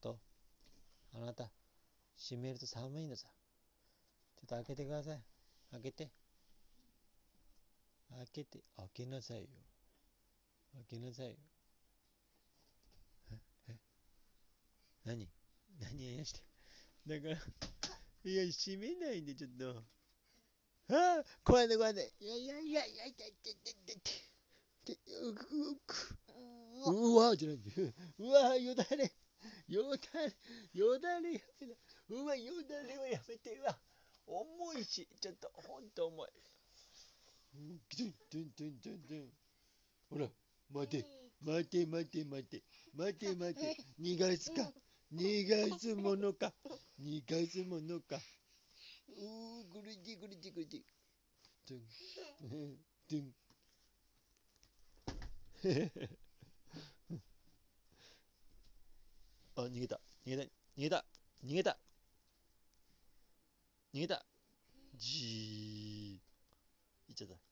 と、あなた、閉めると寒いんださ。ちょっと開けてください。開けて。開けて。開けなさいよ。開けなさいよ。え何何やして。だから、いや、閉めないで、ちょっと。ああ、怖いね、怖いね。いやいやいやいやいやいやいやいや。うわじゃない。うわよだれ。よだれ。よだれやめな。うわ、よだれはやめて。うわ。重いし、ちょっと、ほんと重い。ドゥンドゥンドゥンドゥンドゥン。ほら、待て。待て待て待て。待て待て。逃がすか。逃がすものか。逃がすものか。ぐるじぐるじぐるじ。ドゥン。ドゥン。あ、逃げた。逃げた。逃げた。逃げた。逃げた。じー。いっちゃった。